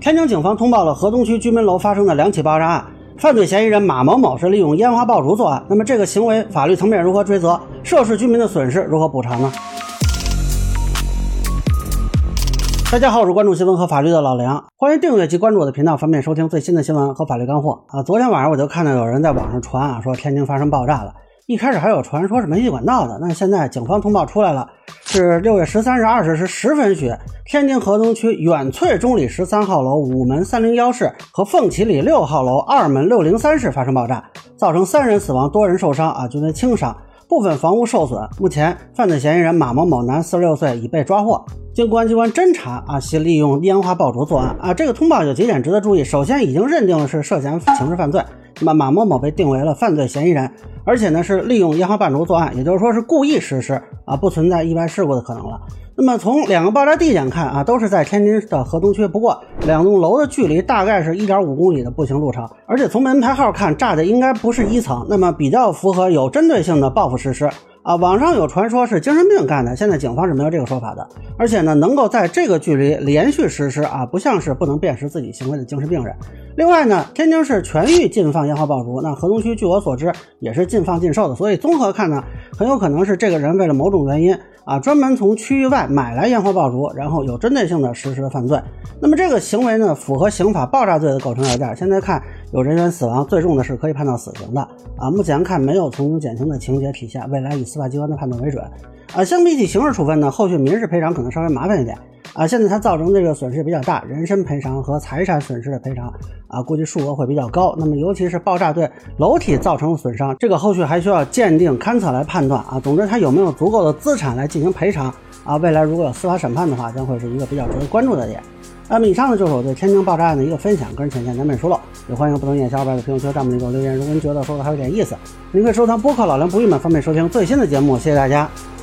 天津警方通报了河东区居民楼发生的2起爆炸案，犯罪嫌疑人马某某是利用烟花爆竹作案。那么这个行为法律层面如何追责？涉事居民的损失如何补偿呢？大家好，我是关注新闻和法律的老梁，欢迎订阅及关注我的频道，方便收听最新的新闻和法律干货昨天晚上我就看到有人在网上传说天津发生爆炸了，一开始还有传说是煤气管道的，那现在警方通报出来了，是6月13日20时10分许，天津河东区远翠中里13号楼5门301室和凤起里6号楼2门603室发生爆炸，造成3人死亡，多人受伤均为轻伤，部分房屋受损。目前犯罪嫌疑人马某某男46岁已被抓获。经公安机关侦查系利用烟花爆竹作案这个通报有几点值得注意。首先已经认定了是涉嫌刑事犯罪，那么马某某被定为了犯罪嫌疑人，而且呢是利用烟花爆竹作案，也就是说是故意实施不存在意外事故的可能了。那么从2个爆炸地点看都是在天津的河东区，不过2栋楼的距离大概是 1.5 公里的步行路程，而且从门牌号看炸的应该不是1层，那么比较符合有针对性的报复实施网上有传说是精神病干的，现在警方是没有这个说法的。而且呢能够在这个距离连续实施不像是不能辨识自己行为的精神病人。另外呢，天津市全域禁放烟花爆竹，那河东区据我所知也是禁放禁售的，所以综合看呢，很有可能是这个人为了某种原因专门从区域外买来烟花爆竹，然后有针对性的实施了犯罪。那么这个行为呢符合刑法爆炸罪的构成要件，现在看有人员死亡，最重的是可以判到死刑的目前看没有从轻减轻的情节体现，未来以司法机关的判断为准相比起刑事处分呢，后续民事赔偿可能稍微麻烦一点现在它造成这个损失比较大，人身赔偿和财产损失的赔偿估计数额会比较高。那么尤其是爆炸对楼体造成的损伤，这个后续还需要鉴定勘测来判断总之它有没有足够的资产来进行赔偿未来如果有司法审判的话，将会是一个比较值得关注的点。那么以上呢就是我对天津爆炸案的一个分享，个人浅见难免疏漏，也欢迎不同意见小伙伴在评论区弹幕里给我留言，如果您觉得说的还有点意思，您可以收藏播客老梁不郁闷，方便收听最新的节目，谢谢大家。